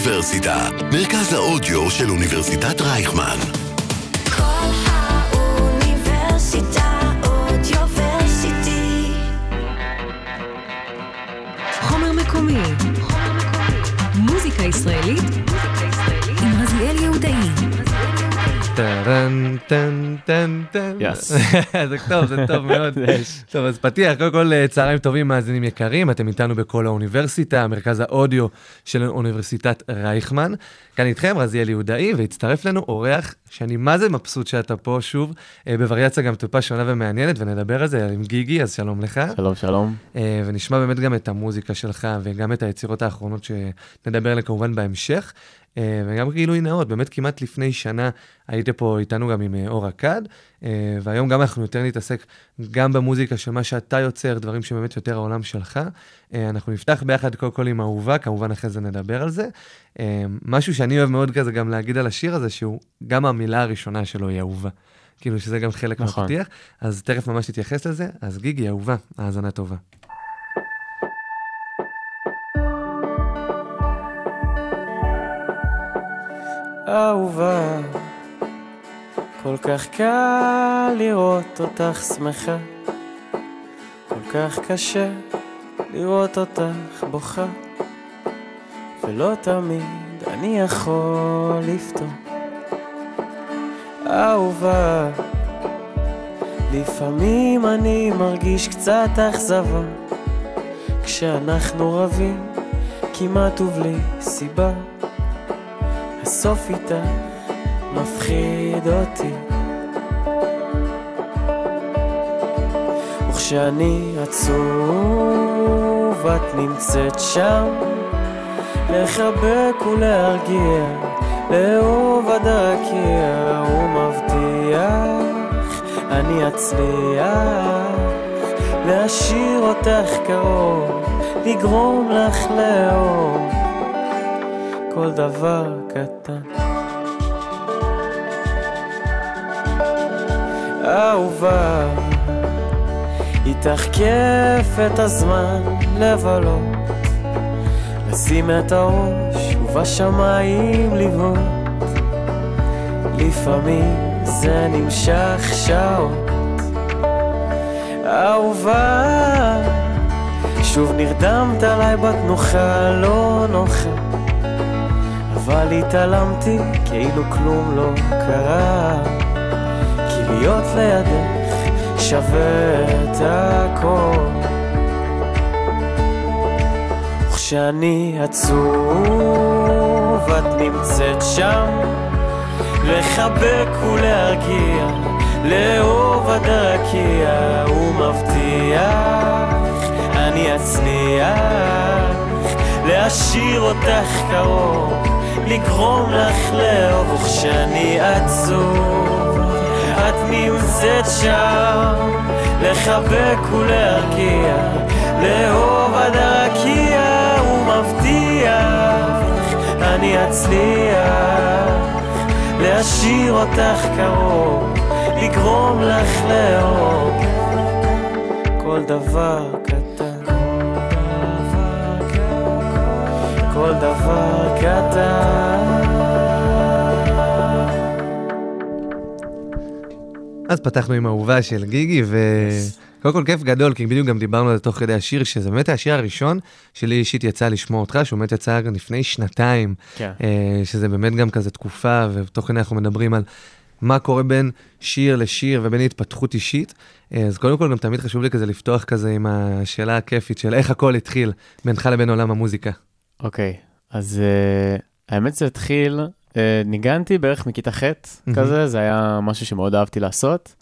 האוניברסיטה, מרכז האודיו של אוניברסיטת רייכמן. כל האוניברסיטה אודיוורסיטי. חומר מקומי. מוזיקה ישראלית עם רזיאל יהודאי. טן טן טן טן. זה טוב, זה טוב מאוד. טוב, אז פתיח, קודם כל צהריים טובים מאזינים יקרים, אתם איתנו בכל האוניברסיטה, מרכז האודיו של אוניברסיטת רייכמן. כאן איתכם רזיאל יהודאי, והצטרף לנו אורח שאני מה זה מבסוט שאתה פה שוב, בווריאציה גם טיפה שונה ומעניינת, ונדבר על זה עם גיגי, אז שלום לך. שלום, שלום. ונשמע באמת גם את המוזיקה שלך, וגם את היצירות האחרונות שנדבר עליהן כמובן בהמשך. וגם גילוי נאות, באמת כמעט לפני שנה היית פה איתנו גם עם אור אכד, והיום גם אנחנו יותר נתעסק גם במוזיקה של מה שאתה יוצר, דברים שבאמת יותר העולם שלך. אנחנו נפתח ביחד כל עם אהובה, כמובן אחרי זה נדבר על זה. משהו שאני אוהב מאוד כזה גם להגיד על השיר הזה, שהוא גם המילה הראשונה שלו היא אהובה. כאילו שזה גם חלק מפתיח, אז תכף ממש תתייחס לזה. אז גיגי, אהובה, האזנה טובה. אהובה, כל כך קל לראות אותך שמחה, כל כך קשה לראות אותך בוכה, ולא תמיד אני יכול לפתור. אהובה, לפעמים אני מרגיש קצת אכזבה, כשאנחנו רבים כמעט ובלי סיבה, הסוף איתך מפחיד אותי, וכשאני עצוב את נמצאת שם, לחבק ולהרגיע, לאהוב עד הרקיע, ומבטיח אני אצליח להשאיר אותך קרוב, לגרום לך לאהוב כל דבר קטן. אהובה, איתך כיף את הזמן לבלות, לשים את הראש ובשמיים לבהות, לפעמים זה נמשך שעות. אהובה, שוב נרדמת עליי בתנוחה לא נוחה, אבל התעלמתי כאילו כלום לא קרה, כי להיות לידך שווה את הכל. וכשאני עצוב את נמצאת שם, לחבק ולהרגיע, לאהוב עד הרקיע, ומבטיח אני אצליח להשאיר אותך קרוב, לגרום לך לאהוב. וכשאני עצוב את נמצאת שם, לחבק ולהרגיע, לאהוב עד הרקיע, ומבטיח אני אצליח להשאיר אותך קרוב, לגרום לך לאהוב כל דבר קטן, כל דבר קטן. אז פתחנו עם אהובה של גיגי, וקודם כל כיף גדול, כי בדיוק גם דיברנו על זה תוך כדי השיר, שזה באמת השיר הראשון שלי אישית יצא לשמוע אותך, שהוא באמת יצא לפני שנתיים, שזה באמת גם כזה תקופה, ותוך כדי אנחנו מדברים על מה קורה בין שיר לשיר ובין התפתחות אישית. אז קודם כל גם תמיד חשוב לי כזה לפתוח כזה עם השאלה הכיפית של איך הכל התחיל בינך לבין עולם המוזיקה. אוקיי, אז האמת זה התחיל, ניגנתי בערך מכיתה ח' כזה, זה היה משהו שמאוד אהבתי לעשות.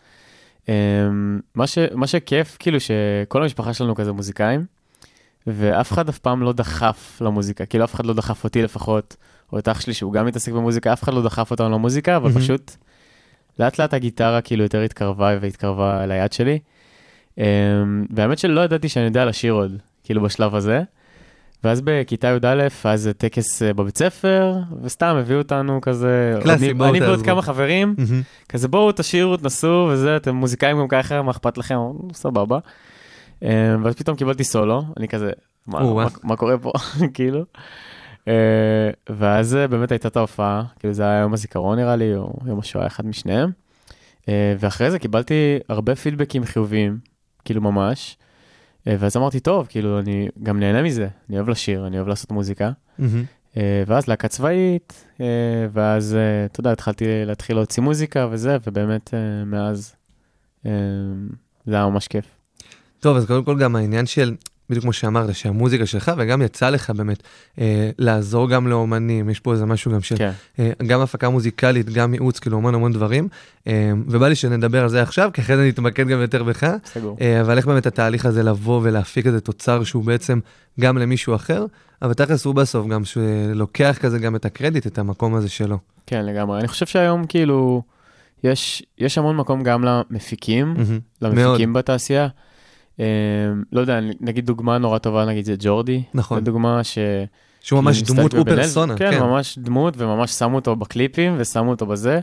מה שכיף, כאילו שכל המשפחה שלנו כזה מוזיקאים, ואף אחד אף פעם לא דחף למוזיקה, כאילו אף אחד לא דחף אותי לפחות, או את אח שלי שהוא גם מתעסק במוזיקה, אף אחד לא דחף אותנו למוזיקה, אבל פשוט לאט לאט הגיטרה כאילו יותר התקרבה והתקרבה ליד שלי. והאמת שלא ידעתי שאני יודע לשיר עוד, כאילו בשלב הזה. ואז בכיתה י"א, אז טקס בבית ספר, וסתם הביאו אותנו כזה, אני ועוד כמה חברים, כזה בואו תשירו, תנסו, וזה, אתם מוזיקאים גם ככה, מה אכפת לכם? סבבה. ואז פתאום קיבלתי סולו, אני כזה, מה קורה פה? כאילו. ואז באמת הייתה את ההופעה, כאילו זה היה יום הזיכרון נראה לי, או יום השואה, אחד משניהם. ואחרי זה קיבלתי הרבה פידבקים חיוביים, כאילו ממש. ואז אמרתי, טוב, כאילו אני גם נהנה מזה, אני אוהב לשיר, אני אוהב לעשות מוזיקה. ואז להקה צבאית, ואז, אתה יודע, התחלתי להתחיל להוציא מוזיקה וזה, ובאמת מאז זה היה ממש כיף. טוב, אז קודם כל גם העניין של, בדיוק כמו שאמרת, שהמוזיקה שלך, וגם יצא לך באמת לעזור גם לאומנים, יש פה איזה משהו גם של, גם הפקה מוזיקלית, גם ייעוץ, כאילו המון דברים, ובא לי שנדבר על זה עכשיו, כי אחרי זה נתמקד גם יותר בך, אבל איך באמת התהליך הזה לבוא ולהפיק איזה תוצר שהוא בעצם גם למישהו אחר, אבל תכלס הוא בסוף גם שלוקח כזה גם את הקרדיט, את המקום הזה שלו. כן, לגמרי. אני חושב שהיום כאילו, יש המון מקום גם למפיקים, למפיקים בתעשייה. לא יודע, נגיד דוגמה נורא טובה, נגיד זה ג'ורדי. נכון. זו דוגמה שהוא ממש דמות הוא פרסונה. כן, ממש דמות, וממש שמו אותו בקליפים, ושמו אותו בזה.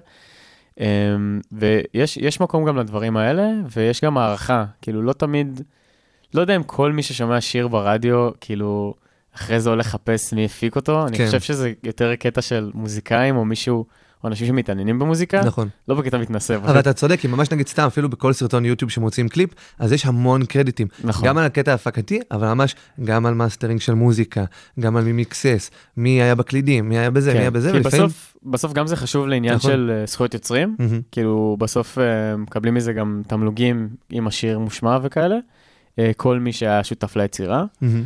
ויש מקום גם לדברים האלה, ויש גם הערכה. כאילו לא תמיד, לא יודע אם כל מי ששומע שיר ברדיו, כאילו אחרי זה הולך לחפש מי הפיק אותו. אני חושב שזה יותר קטע של מוזיקאים, או מישהו, או אנשים שמתעניינים במוזיקה, נכון. לא בקטע מתנסה. אבל אתה צודק, כי ממש נגיד סתם, אפילו בכל סרטון יוטיוב שמוצאים קליפ, אז יש המון קרדיטים. נכון. גם על הקטע ההפקתי, אבל ממש גם על מאסטרינג של מוזיקה, גם על מי מיקסס, מי היה בקלידים, מי היה בזה, כן. מי היה בזה, כי ולפעמים... בסוף גם זה חשוב לעניין נכון. של זכויות יוצרים, כאילו בסוף מקבלים מזה גם תמלוגים עם השיר מושמע וכאלה, כל מי שהיה שותף ליצירה,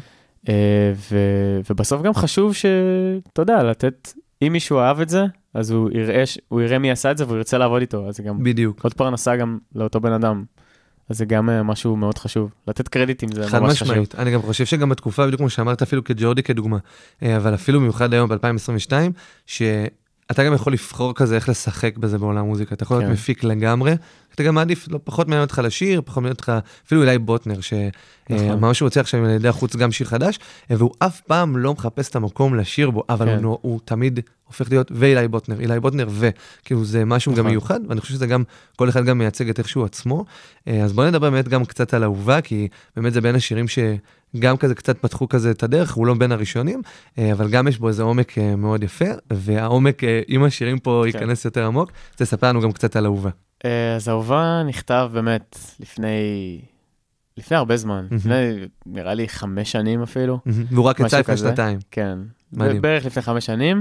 ובסוף גם חשוב שאתה יודע, לתת, אם מישהו אהב את זה, אז הוא יראה מי עשה את זה, והוא ירצה לעבוד איתו, אז זה גם בדיוק. עוד פרנסה גם לאותו בן אדם. אז זה גם משהו מאוד חשוב. לתת קרדיטים זה ממש חשוב. משמעית. אני גם חושב שגם בתקופה, בדיוק כמו שאמרת, אפילו כג'ורדי כדוגמה, אבל אפילו מיוחד היום ב-2022, שאתה גם יכול לבחור כזה איך לשחק בזה בעולם המוזיקה. אתה יכול להיות מפיק לגמרי, אתה גם מעדיף, לא פחות מעניין אותך לשיר, פחות מעניין אותך, אפילו אולי בוטנר, שממש הוא רוצה עכשיו לידי החוץ גם שיר חדש, והוא אף פעם לא מחפש את המקום לשיר בו, אבל הוא תמיד הופך להיות ואילי בוטנר, וכאילו זה משהו גם מיוחד, ואני חושב שזה גם, כל אחד גם מייצג את איכשהו עצמו. אז בוא נדבר באמת גם קצת על אהובה, כי באמת זה בין השירים שגם כזה קצת פתחו כזה את הדרך, הוא לא בין הראשונים, אבל גם יש בו איזה עומק מאוד יפה, והעומק עם השירים פה ייכנס יותר עמוק. תספר לנו גם קצת על אהובה. אז אהובה נכתב באמת לפני הרבה זמן, נראה לי 5 שנים אפילו. והוא רק יצא לפני 2. כן, בערך לפני 5 שנים,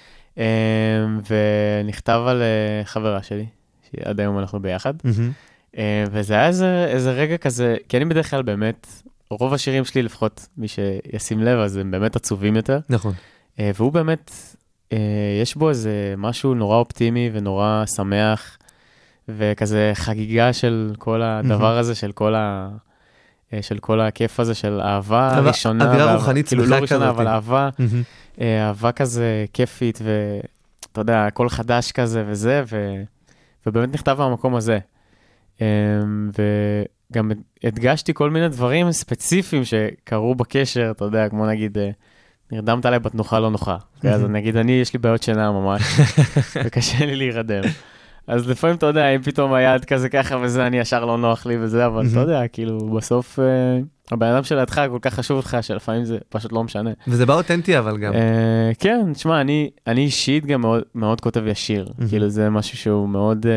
ונכתב על חברה שלי, שעד היום אנחנו ביחד, וזה היה איזה רגע כזה, כי אני בדרך כלל באמת, רוב השירים שלי לפחות, מי שישים לב, אז הם באמת עצובים יותר. נכון. והוא באמת, יש בו איזה משהו נורא אופטימי ונורא שמח, וכזה חגיגה של כל הדבר הזה, של כל הכיף הזה של אהבה ראשונה. אווירה רוחנית כאילו שמחה לא ראשונה, כזאת. אבל אהבה כזה כיפית, ואתה יודע, הכל חדש כזה וזה, ובאמת נכתב במקום הזה. וגם הדגשתי כל מיני דברים ספציפיים שקרו בקשר, אתה יודע, כמו נגיד, נרדמת עליי בתנוחה לא נוחה. אז נגיד, יש לי בעיות שינה ממש, וקשה לי להירדם. אז לפעמים, אתה יודע, אם פתאום היד כזה ככה וזה, אני ישר לא נוח לי וזה, אבל אתה יודע, כאילו, בסוף, הבן אדם שלידך כל כך חשוב לך, שלפעמים זה פשוט לא משנה. וזה בא אותנטי, אבל גם. כן, תשמע, אני אישית גם מאוד כותב ישיר. כאילו, זה משהו שהוא מאוד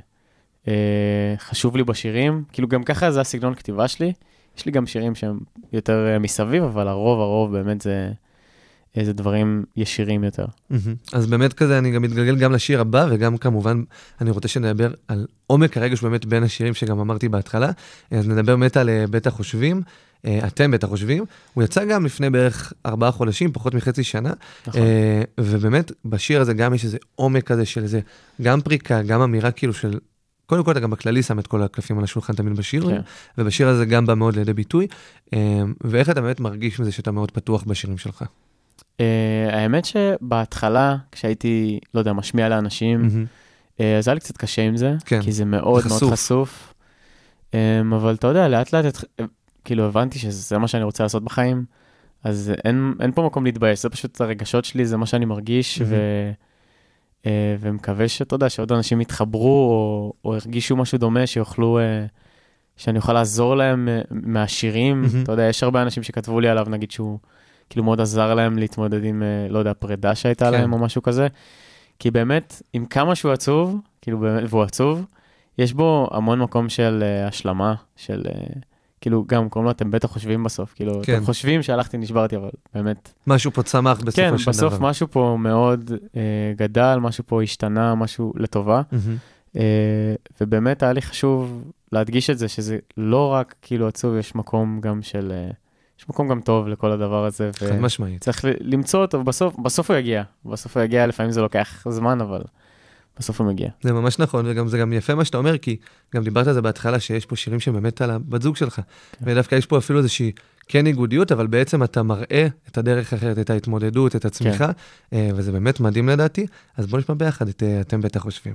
חשוב לי בשירים. כאילו, גם ככה זה הסגנון כתיבה שלי. יש לי גם שירים שהם יותר מסביב, אבל הרוב באמת זה... איזה דברים ישירים יותר. אז באמת כזה, אני גם מתגלגל גם לשיר הבא, וגם כמובן, אני רוצה שנדבר על עומק הרגש באמת בין השירים שגם אמרתי בהתחלה, אז נדבר באמת על בית החושבים, אתם בית החושבים, הוא יצא גם לפני בערך 4 חודשים, פחות מחצי שנה, ובאמת בשיר הזה גם יש איזה עומק כזה של איזה, גם פריקה, גם אמירה כאילו של, קודם כל אתה גם בכללי שם את כל הקלפים על השולחן תמיד בשיר, ובשיר הזה גם בא מאוד לידי ביטוי, ואיך אתה באמת מרגיש מזה שאתה מאוד פתוח בשירים שלך? האמת שבהתחלה, כשהייתי, לא יודע, משמיע לאנשים, אז היה לי קצת קשה עם זה, כי זה מאוד מאוד חשוף. אבל אתה יודע, לאט לאט, כאילו הבנתי שזה מה שאני רוצה לעשות בחיים, אז אין פה מקום להתבייש, זה פשוט הרגשות שלי, זה מה שאני מרגיש, ומקווה שאתה יודע, שעוד אנשים יתחברו, או הרגישו משהו דומה, שיוכלו, שאני אוכל לעזור להם מהשירים. אתה יודע, יש הרבה אנשים שכתבו לי עליו, נגיד שהוא כאילו מאוד עזר להם להתמודד עם, לא יודע, פרידה שהייתה להם או משהו כזה. כי באמת, עם כמה שהוא עצוב, כאילו באמת, והוא עצוב, יש בו המון מקום של השלמה, של, כאילו גם קוראים לו, אתם בטח חושבים בסוף, כאילו, אתם חושבים שהלכתי נשברתי, אבל באמת... משהו פה צמח בסופו של דבר. כן, בסוף משהו פה מאוד גדל, משהו פה השתנה, משהו לטובה, ובאמת היה לי חשוב להדגיש את זה, שזה לא רק כאילו עצוב, יש מקום גם של... יש מקום גם טוב לכל הדבר הזה. חד משמעית. צריך למצוא אותו, בסוף הוא יגיע. בסוף הוא יגיע, לפעמים זה לוקח זמן, אבל בסוף הוא מגיע. זה ממש נכון, וגם זה גם יפה מה שאתה אומר, כי גם דיברת על זה בהתחלה, שיש פה שירים שבאמת על הבת זוג שלך. ודווקא יש פה אפילו איזושהי כן ניגודיות, אבל בעצם אתה מראה את הדרך אחרת, את ההתמודדות, את הצמיחה, וזה באמת מדהים לדעתי. אז בוא נשמע ביחד את אתם בטח חושבים.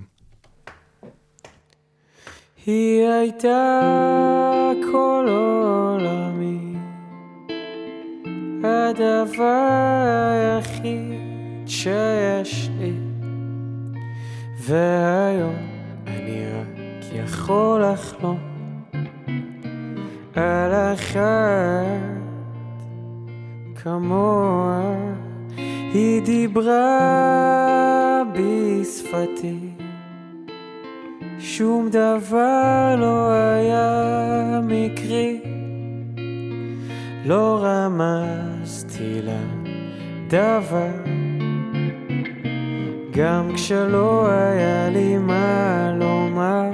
היא הייתה כל עולמי, הדבר היחיד שיש לי, והיום אני רק יכול לחלום על אחת כמוה. היא דיברה בשפתי, שום דבר לא היה מקרי, לא רמזתי לה דבר, גם כשלא היה לי מה לומר.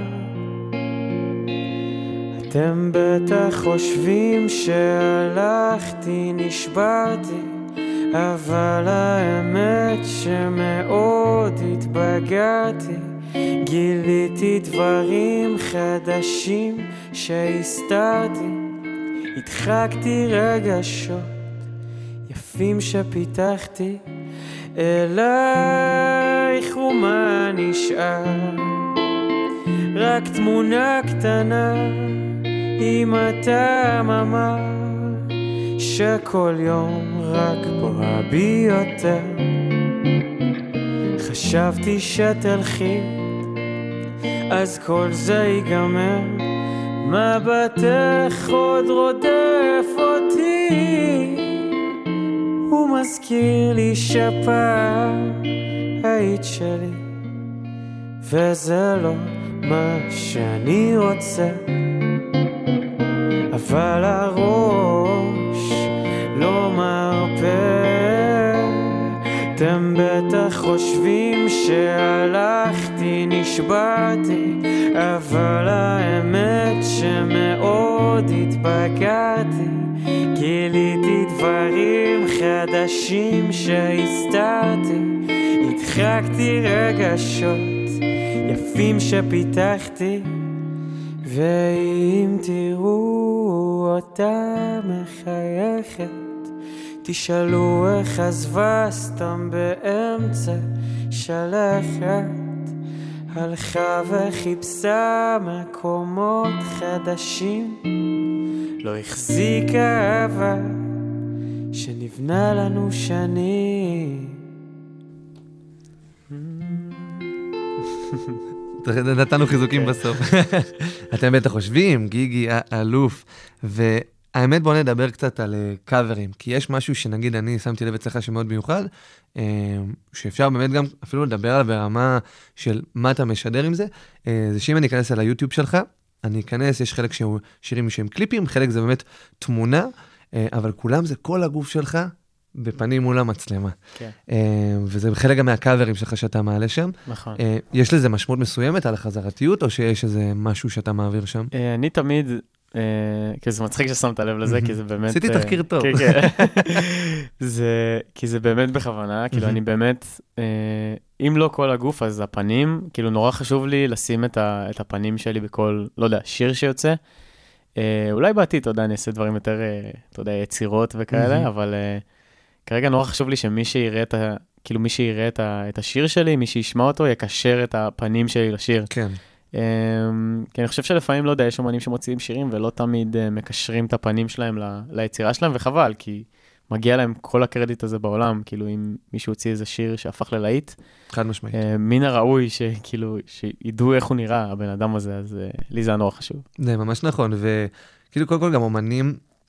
אתם בטח חושבים שהלכתי נשברתי, אבל האמת שמאוד התבגרתי, גיליתי דברים חדשים שהסתרתי, הדחקתי רגשות יפים שפיתחתי, אלייך ומה נשאר? רק תמונה קטנה עם הטעם המר, שכל יום רק בוהה בי יותר. חשבתי שתלכי, אז כל זה ייגמר, מבטך עוד רודף אותי, הוא מזכיר לי שפעם היית שלי, וזה לא מה שאני רוצה, אבל הראש לא מרפא. אתם בטח חושבים שהלכתי נשברתי, אבל האמת שמאוד התבגרתי, גיליתי דברים חדשים שהסתרתי, הדחקתי רגשות יפים שפיתחתי, ואם תראו אותה מחייכת, תשאלו איך עזבה סתם באמצע שלכת, הלכה וחיפשה מקומות חדשים, לא החזיקה אהבה שנבנה לנו שנים. נתנו חיזוקים בסוף. אתם בטח חושבים, גיגי, אלוף, והאמת בוא נדבר קצת על קאברים, כי יש משהו שנגיד אני שמתי לב אצלך שמאוד מיוחד, שאפשר באמת גם אפילו לדבר עליו ברמה של מה אתה משדר עם זה, זה שאם אני אכנס על היוטיוב שלך, אני אכנס, יש חלק שירים שהם קליפים, חלק זה באמת תמונה, אבל כולם זה כל הגוף שלך, בפנים מול המצלמה. כן. וזה חלק גם מהקאברים שלך שאתה מעלה שם. נכון. יש לזה משמעות מסוימת על החזרתיות, או שיש איזה משהו שאתה מעביר שם? אני תמיד, כי זה מצחיק ששמת לב לזה, כי זה באמת... עשיתי תחקיר טוב. כן. כי זה באמת בכוונה, כאילו אני באמת, אם לא כל הגוף, אז הפנים, כאילו נורא חשוב לי לשים את הפנים שלי בכל, לא יודע, שיר שיוצא. אולי בעתיד, אתה יודע, אני אעשה דברים יותר, אתה יודע, יצירות וכאלה, אבל... כרגע נורא חשוב לי שמי שיראה כאילו מי שיראה את השיר שלי, מי שישמע אותו, יקשר את הפנים שלי לשיר. כן. כי אני חושב שלפעמים, לא יודע, יש אומנים שמוציאים שירים, ולא תמיד מקשרים את הפנים שלהם ליצירה שלהם, וחבל, כי מגיע להם כל הקרדיט הזה בעולם, כאילו אם מישהו הוציא איזה שיר שהפך ללהיט. חד משמעית. מן הראוי שכאילו, שידעו איך הוא נראה, הבן אדם הזה, אז לי זה נורא חשוב. זה ממש נכון, וכאילו קודם כל גם אומנים,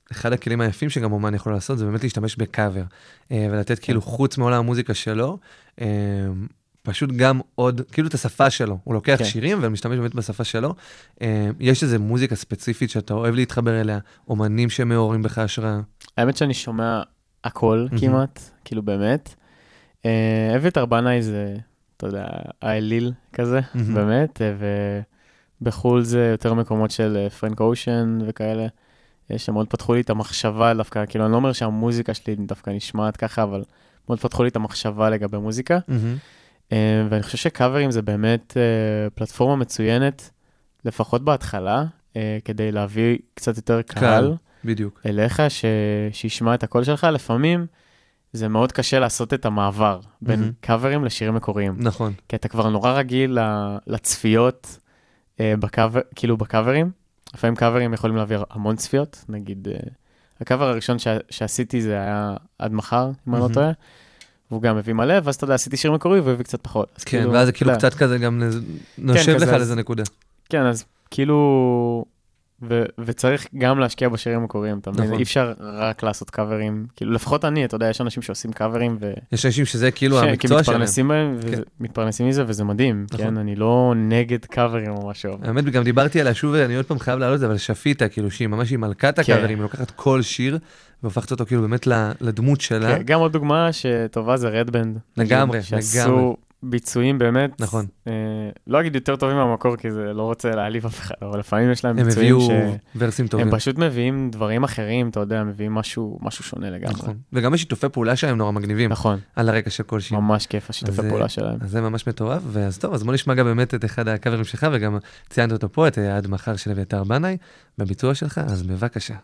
אחד הכלים היפים שגם אומן יכול לעשות, זה באמת להשתמש בקאבר, ולתת כאילו חוץ מעולם המוזיקה שלו, פשוט גם עוד, כאילו את השפה שלו, הוא לוקח שירים ומשתמש באמת בשפה שלו. יש איזו מוזיקה ספציפית שאתה אוהב להתחבר אליה, אומנים שמעוררים בך השראה? האמת שאני שומע הכל כמעט, כאילו באמת. אביתר בנאי זה, אתה יודע, האליל כזה, באמת, ובחול זה יותר מקומות של פרנק אושן וכאלה, שמאוד פתחו לי את המחשבה דווקא, כאילו אני לא אומר שהמוזיקה שלי דווקא נשמעת ככה, אבל מאוד פתחו לי את המחשבה לגבי מוזיקה. ואני חושב שקאברים זה באמת פלטפורמה מצוינת, לפחות בהתחלה, כדי להביא קצת יותר קהל אליך, שישמע את הקול שלך. לפעמים זה מאוד קשה לעשות את המעבר בין קאברים לשירים מקוריים. נכון. כי אתה כבר נורא רגיל לצפיות, כאילו בקאברים. לפעמים קאברים יכולים להביא המון צפיות. נגיד, הקאבר הראשון שעשיתי זה היה עד מחר, אם אני לא טועה. והוא גם מביא מלא, ואז אתה יודע, עשיתי שיר מקורי, והוא הביא קצת פחות. כן, ואז זה כאילו קצת כזה גם נושב לך לאיזה נקודה. כן, אז כאילו, וצריך גם להשקיע בשירים מקוריים, אתה מבין? אי אפשר רק לעשות קאברים, כאילו, לפחות אני, אתה יודע, יש אנשים שעושים קאברים, יש אנשים שזה כאילו המקצוע שלהם. מתפרנסים בהם, ומתפרנסים מזה, וזה מדהים, כן? אני לא נגד קאברים או משהו. האמת, גם דיברתי עליה שוב, ואני עוד פעם חייב לעלות את זה, אבל שפיטה, כאילו, שהיא ממש מלכת הקאברים, היא לוקחת כל שיר, והופכת אותו כאילו באמת לדמות שלה. גם עוד דוגמה שטובה זה רדבנד. לגמרי. שעשו ביצועים באמת. נכון. לא אגיד יותר טובים מהמקור, כי זה לא רוצה להעליב אף אחד, אבל לפעמים יש להם ביצועים הם הביאו ורסים טובים. הם פשוט מביאים דברים אחרים, אתה יודע, מביאים משהו שונה לגמרי. נכון. וגם השיתופי פעולה שלהם נורא מגניבים. נכון. על הרקע של כל שיר. ממש כיף השיתופי פעולה שלהם. אז זה ממש מטורף, ואז טוב, אז בוא נשמע גם באמת את אחד הקאברים שלך, וגם ציינת אותו פה, את עד מחר של אביתר בנאי, בביצוע שלך, אז בבקשה.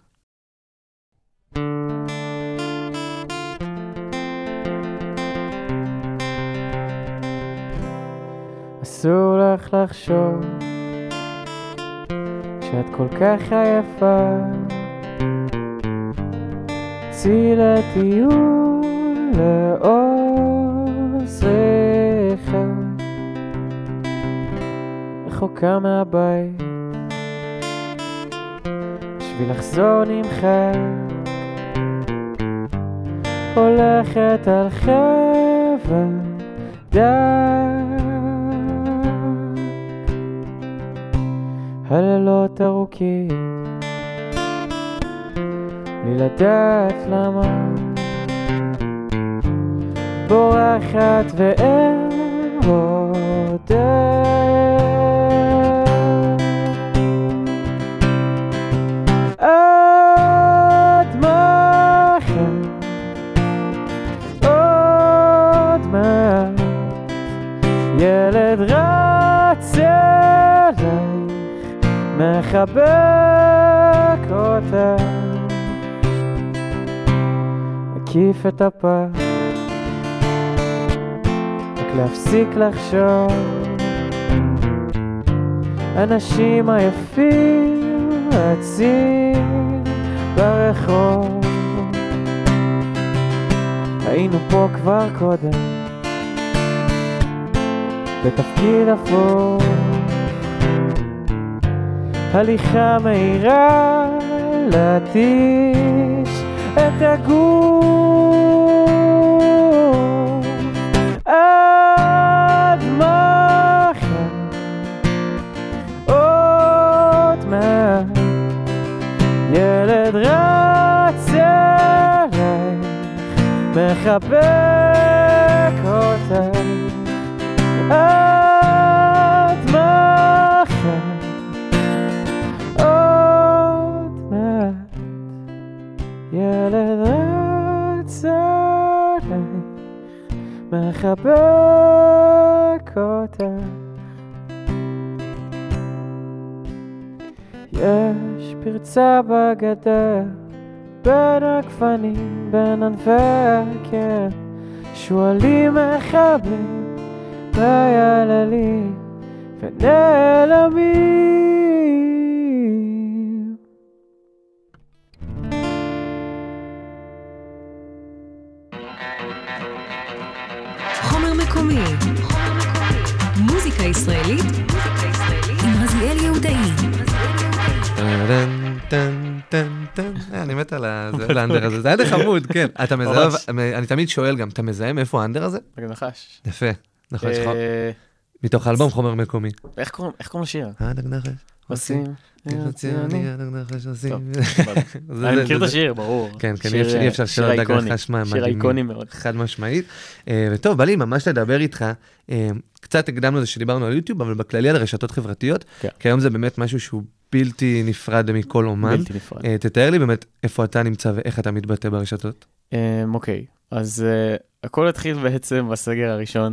אסור לך לחשוב שאת כל כך עייפה, צאי לטיול לעוזריך, רחוקה מהבית בשביל לחזור נמחק, הולכת על חבל דק, הלילות ארוכים בלי לדעת למה, בורחת ואין עוד עד מחר, עוד מעט ילד רץ אליי, מחבק אותה, מקיף את הפח, רק להפסיק לחשוב, אנשים היפים רצים ברחוב, היינו פה כבר קודם, בתפקיד אפור, הליכה מהירה להתיש את הגוף, עד מחר, עוד מעט ילד רץ אלייך, מחבק אותך, עד מחר, ילד רץ אלייך, מחבק אותך. יש פרצה בגדר בין הגפנים, בין ענפי הקן, שואלים מחבלים בייללים ונעלמים. חומר מקומי, מוזיקה ישראלית עם רזיאל יהודאי. טן טן טן, טן. אני מת על האנדר הזה, זה היה די חמוד, כן. אתה מזהה, אני תמיד שואל גם, אתה מזהה מאיפה האנדר הזה? רגע נחש. יפה, נחש לך. מתוך האלבום חומר מקומי. איך קוראים לשיר? נחש. עושים. עושים. אני מכיר את השיר, ברור. כן, אי אפשר שלא לדעת נחש מה שיר איקוני מאוד. חד משמעית. וטוב, בא לי ממש לדבר איתך, קצת הקדמנו זה שדיברנו על יוטיוב, אבל בכללי על רשתות חברתיות, כי היום זה באמת משהו שהוא בלתי נפרד מכל אומן. בלתי נפרד. תתאר לי באמת איפה אתה נמצא ואיך אתה מתבטא ברשתות. אוקיי, אז הכל התחיל בעצם בסגר הראשון,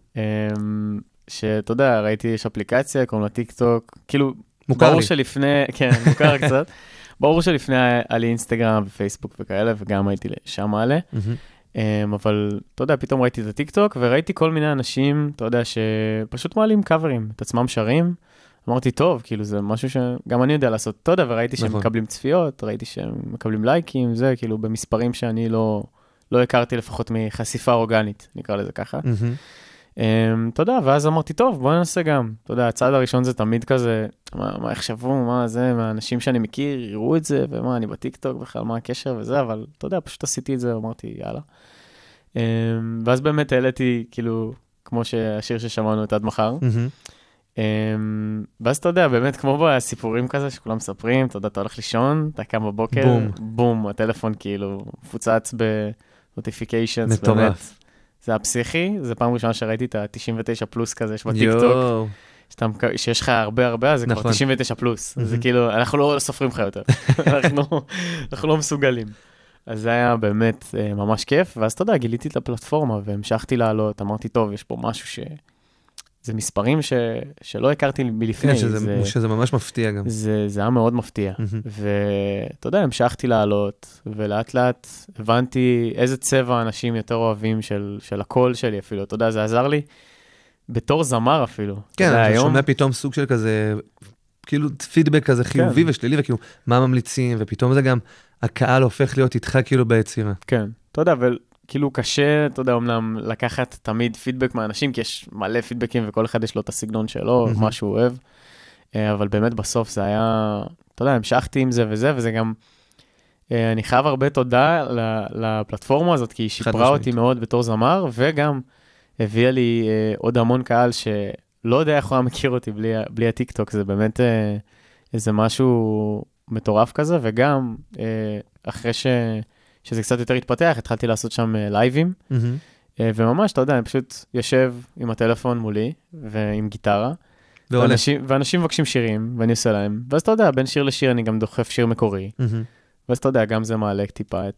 שאתה יודע, ראיתי, יש אפליקציה, קוראים לה טיק טוק, כאילו, ברור שלפני, כן, מוכר קצת, ברור שלפני היה לי אינסטגרם ופייסבוק וכאלה, וגם הייתי שם מעלה, אבל אתה יודע, פתאום ראיתי את הטיק טוק, וראיתי כל מיני אנשים, אתה יודע, שפשוט מעלים קאברים, את עצמם שרים, אמרתי, טוב, כאילו זה משהו שגם אני יודע לעשות, אתה יודע, וראיתי שהם מקבלים צפיות, ראיתי שהם מקבלים לייקים, זה כאילו במספרים שאני לא הכרתי לפחות מחשיפה אורגנית, נקרא לזה ככה. אתה יודע, ואז אמרתי, טוב, בוא ננסה גם. אתה יודע, הצעד הראשון זה תמיד כזה, מה יחשבו, מה זה, מהאנשים שאני מכיר, יראו את זה, ומה, אני בטיקטוק בכלל, מה הקשר וזה, אבל אתה יודע, פשוט עשיתי את זה, אמרתי, יאללה. ואז באמת העליתי, כאילו, כמו שהשיר ששמענו את עד מחר. ואז אתה יודע, באמת כמו בסיפורים כזה, שכולם מספרים, אתה יודע, אתה הולך לישון, אתה קם בבוקר, בום, הטלפון כאילו מפוצץ בנוטיפיקיישנס, מטורף. זה הפסיכי, זה פעם ראשונה שראיתי את ה-99 פלוס כזה, יש בטיקטוק, שיש לך הרבה, זה כבר 99 פלוס, זה כאילו, אנחנו לא סופרים לך יותר, אנחנו לא מסוגלים. אז זה היה באמת ממש כיף, ואז אתה יודע, גיליתי את הפלטפורמה, והמשכתי לעלות, אמרתי, טוב, יש פה משהו זה מספרים שלא הכרתי מלפני. שזה ממש מפתיע גם. זה היה מאוד מפתיע. ואתה יודע, המשכתי לעלות, ולאט לאט הבנתי איזה צבע אנשים יותר אוהבים של הקול שלי אפילו. אתה יודע, זה עזר לי בתור זמר אפילו. כן, אתה שומע פתאום סוג של כזה, כאילו פידבק כזה חיובי ושלילי, וכאילו מה ממליצים, ופתאום זה גם, הקהל הופך להיות איתך כאילו ביצירה. כן, אתה יודע, כאילו קשה, אתה יודע, אומנם לקחת תמיד פידבק מהאנשים, כי יש מלא פידבקים וכל אחד יש לו את הסגנון שלו, מה שהוא אוהב, אבל באמת בסוף זה היה, אתה יודע, המשכתי עם זה וזה גם, אני חייב הרבה תודה לפלטפורמה הזאת, כי היא שיפרה אותי מאוד בתור זמר, וגם הביאה לי עוד המון קהל שלא יודע איך הוא היה מכיר אותי בלי הטיק-טוק, זה באמת איזה משהו מטורף כזה, וגם אחרי שזה קצת יותר התפתח, התחלתי לעשות שם לייבים, וממש, אתה יודע, אני פשוט יושב עם הטלפון מולי, ועם גיטרה, ואנשים מבקשים שירים, ואני עושה להם, ואז אתה יודע, בין שיר לשיר אני גם דוחף שיר מקורי, ואז אתה יודע, גם זה מעלה טיפה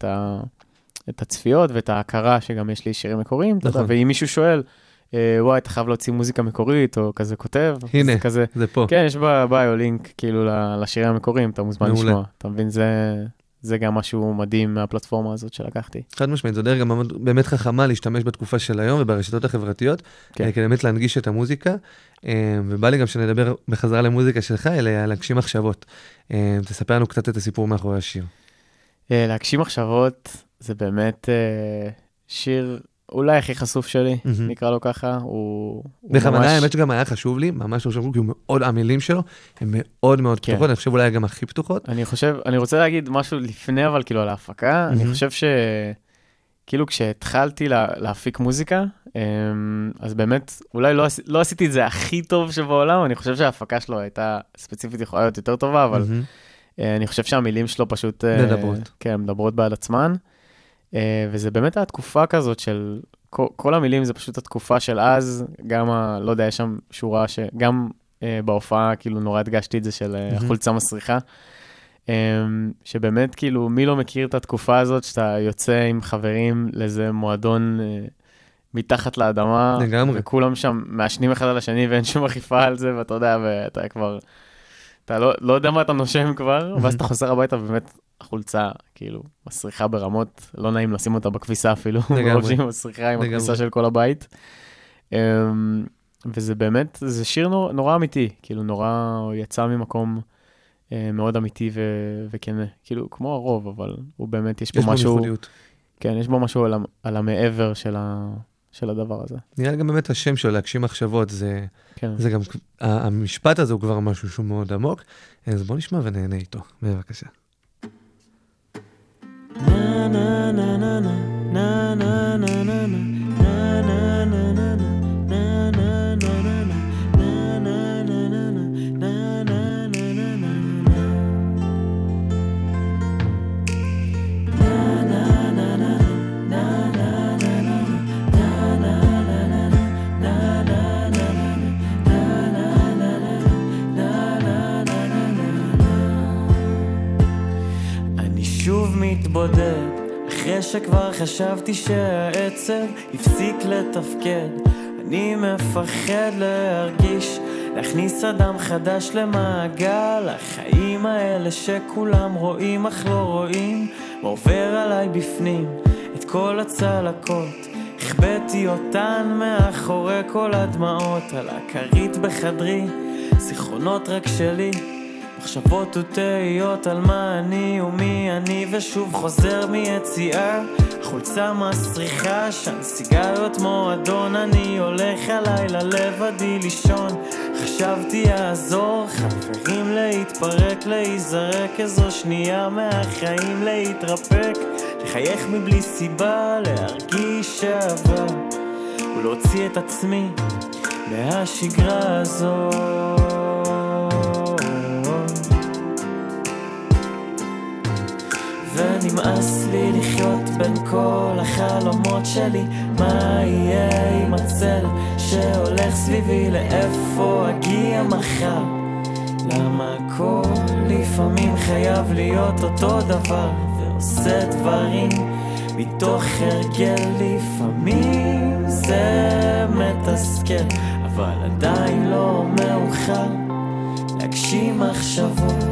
את הצפיות, ואת ההכרה שגם יש לי שירים מקוריים, ואם מישהו שואל, וואי, אתה חייב להוציא מוזיקה מקורית, או כזה כותב, הנה, זה פה. כן, יש ביו לינק, כאילו, לשירים המקוריים, אתה מוזמן לשמוע, אתה מבין, זה גם משהו מדהים מהפלטפורמה הזאת שלקחתי. חד משמעית, זו דרך גם באמת חכמה להשתמש בתקופה של היום וברשתות החברתיות, כדי באמת להנגיש את המוזיקה, ובא לי גם שנדבר בחזרה למוזיקה שלך, אלא להגשים מחשבות. תספר לנו קצת את הסיפור מאחורי השיר. להגשים מחשבות זה באמת שיר אולי הכי חשוף שלי, נקרא לו ככה, בכוונה, האמת שגם היה חשוב לי, ממש חשוב, כי הוא מאוד, המילים שלו, הן מאוד מאוד פתוחות, אני חושב אולי גם הכי פתוחות. אני רוצה להגיד משהו לפני, אבל כאילו על ההפקה, אני חושב שכאילו כשהתחלתי להפיק מוזיקה, אז באמת, אולי לא עשיתי את זה הכי טוב שבעולם, אני חושב שההפקה שלו הייתה ספציפית יכולה להיות יותר טובה, אבל אני חושב שהמילים שלו פשוט מדברות בעד עצמן, וזה באמת התקופה כזאת של, כל המילים זה פשוט התקופה של אז, גם, לא יודע, יש שם שורה שגם בהופעה, כאילו נורא הדגשתי את זה של החולצה מסריחה, שבאמת כאילו מי לא מכיר את התקופה הזאת, שאתה יוצא עם חברים לאיזה מועדון מתחת לאדמה, לגמרי. וכולם שם מעשנים אחד על השני ואין שום אכיפה על זה, ואתה יודע, ואתה כבר, אתה לא יודע מה אתה נושם כבר, ואז אתה חוזר הביתה ובאמת, החולצה, כאילו, מסריחה ברמות, לא נעים לשים אותה בכביסה אפילו, מרוב מסריחה עם הכביסה של כל הבית. וזה באמת, זה שיר נורא אמיתי, כאילו, נורא יצא ממקום מאוד אמיתי וכנה, כאילו, כמו הרוב, אבל הוא באמת, יש בו משהו, כן, יש בו משהו על המעבר של הדבר הזה. נראה לי גם באמת השם שלו, להגשים מחשבות, זה גם, המשפט הזה הוא כבר משהו שהוא מאוד עמוק, אז בוא נשמע ונהנה איתו, בבקשה. מתבודד אחרי שכבר חשבתי שהעצב הפסיק לתפקד. אני מפחד להרגיש, להכניס אדם חדש למעגל החיים האלה שכולם רואים אך לא רואים מה עובר עליי בפנים. את כל הצלקות החבאתי אותן מאחורי כל הדמעות על הכרית בחדרי, זיכרונות רק שלי, מחשבות ותהיות על מה אני ומי אני, ושוב חוזר מיציאה, חולצה מסריחה, שם סיגריות מועדון, אני הולך הלילה לבדי לישון. חשבתי יעזור חברים להתפרק, להיזרק איזו שנייה מהחיים, להתרפק, לחייך מבלי סיבה, להרגיש שעבר ולהוציא את עצמי מהשגרה הזאת. ונמאס לי לחיות בין כל החלומות שלי, מה יהיה עם הצל שהולך סביבי, לאיפה אגיע מחר, למה הכל לפעמים חייב להיות אותו דבר, ועושה דברים מתוך הרגל, לפעמים זה מתסכל, אבל עדיין לא מאוחר להגשים מחשבות.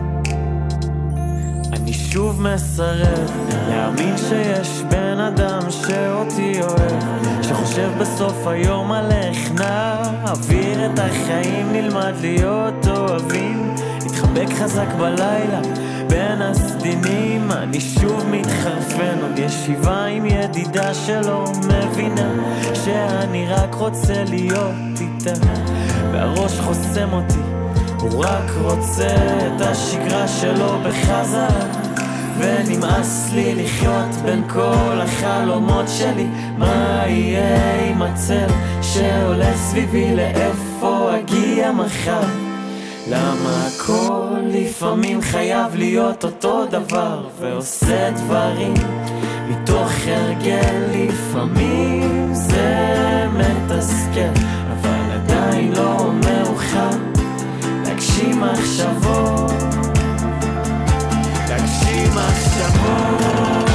אני שוב מסרב להאמין שיש בן אדם שאותי אוהב, שחושב בסוף היום על איך נעביר את החיים, נלמד להיות אוהבים, נתחבק חזק בלילה בין הסדינים. אני שוב מתחרפן, עוד ישיבה עם ידידה שלא מבינה שאני רק רוצה להיות איתה, והראש חוסם אותי, הוא רק רוצה את השגרה שלו בחזרה. ונמאס לי לחיות בין כל החלומות שלי, מה יהיה עם הצל שהולך סביבי, לאיפה אגיע מחר, למה הכל לפעמים חייב להיות אותו דבר, ועושה דברים מתוך הרגל, לפעמים זה מתסכל, אבל עדיין לא מאוחר להגשים מחשבות, להגשים מחשבות.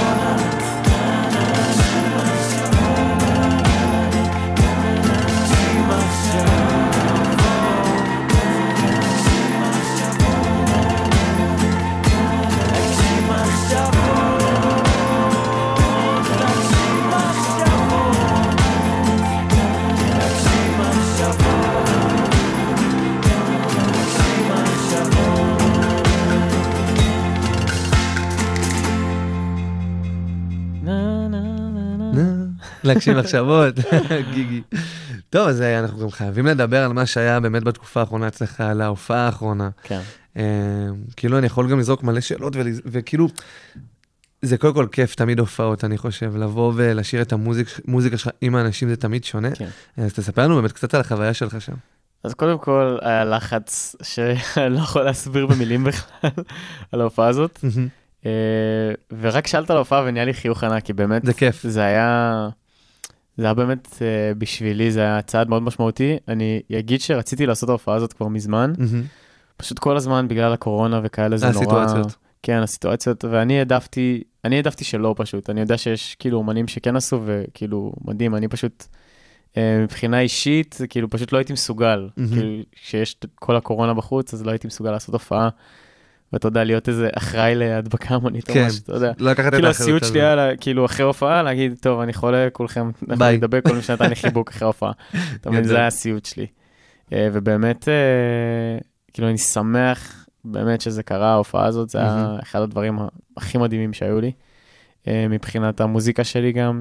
להגשים מחשבות, גיגי. טוב, אז אנחנו גם חייבים לדבר על מה שהיה באמת בתקופה האחרונה אצלך, על ההופעה האחרונה. כן. כאילו אני יכול גם לזרוק מלא שאלות, וכאילו, זה קודם כל כיף, תמיד הופעות, אני חושב, לבוא ולשיר את המוזיקה שלך עם האנשים, זה תמיד שונה. אז תספר לנו באמת קצת על החוויה שלך שם. אז קודם כל, היה לחץ שאני לא יכול להסביר במילים בכלל על ההופעה הזאת. ורק שאלת על ההופעה ונהיה לי חיוך ענק, כי באמת, זה כיף. זה היה באמת בשבילי, זה היה צעד מאוד משמעותי. אני אגיד שרציתי לעשות ההופעה הזאת כבר מזמן, פשוט כל הזמן בגלל הקורונה וכאלה זה נורא... הסיטואציות. כן, הסיטואציות, ואני העדפתי שלא פשוט. אני יודע שיש כאילו אומנים שכן עשו, וכאילו מדהים, אני פשוט, מבחינה אישית, כאילו פשוט לא הייתי מסוגל. כאילו, כשיש כל הקורונה בחוץ, אז לא הייתי מסוגל לעשות הופעה. ואתה יודע, להיות איזה אחראי להדבקה המונית או משהו, אתה יודע. כאילו הסיוט שלי היה, כאילו אחרי הופעה, להגיד, טוב, אני חולה, כולכם, אנחנו נדבק, כל מי שנתן לי חיבוק אחרי הופעה. אתה מבין, זה היה הסיוט שלי. ובאמת, כאילו אני שמח, באמת שזה קרה, ההופעה הזאת, זה היה אחד הדברים הכי מדהימים שהיו לי, מבחינת המוזיקה שלי גם,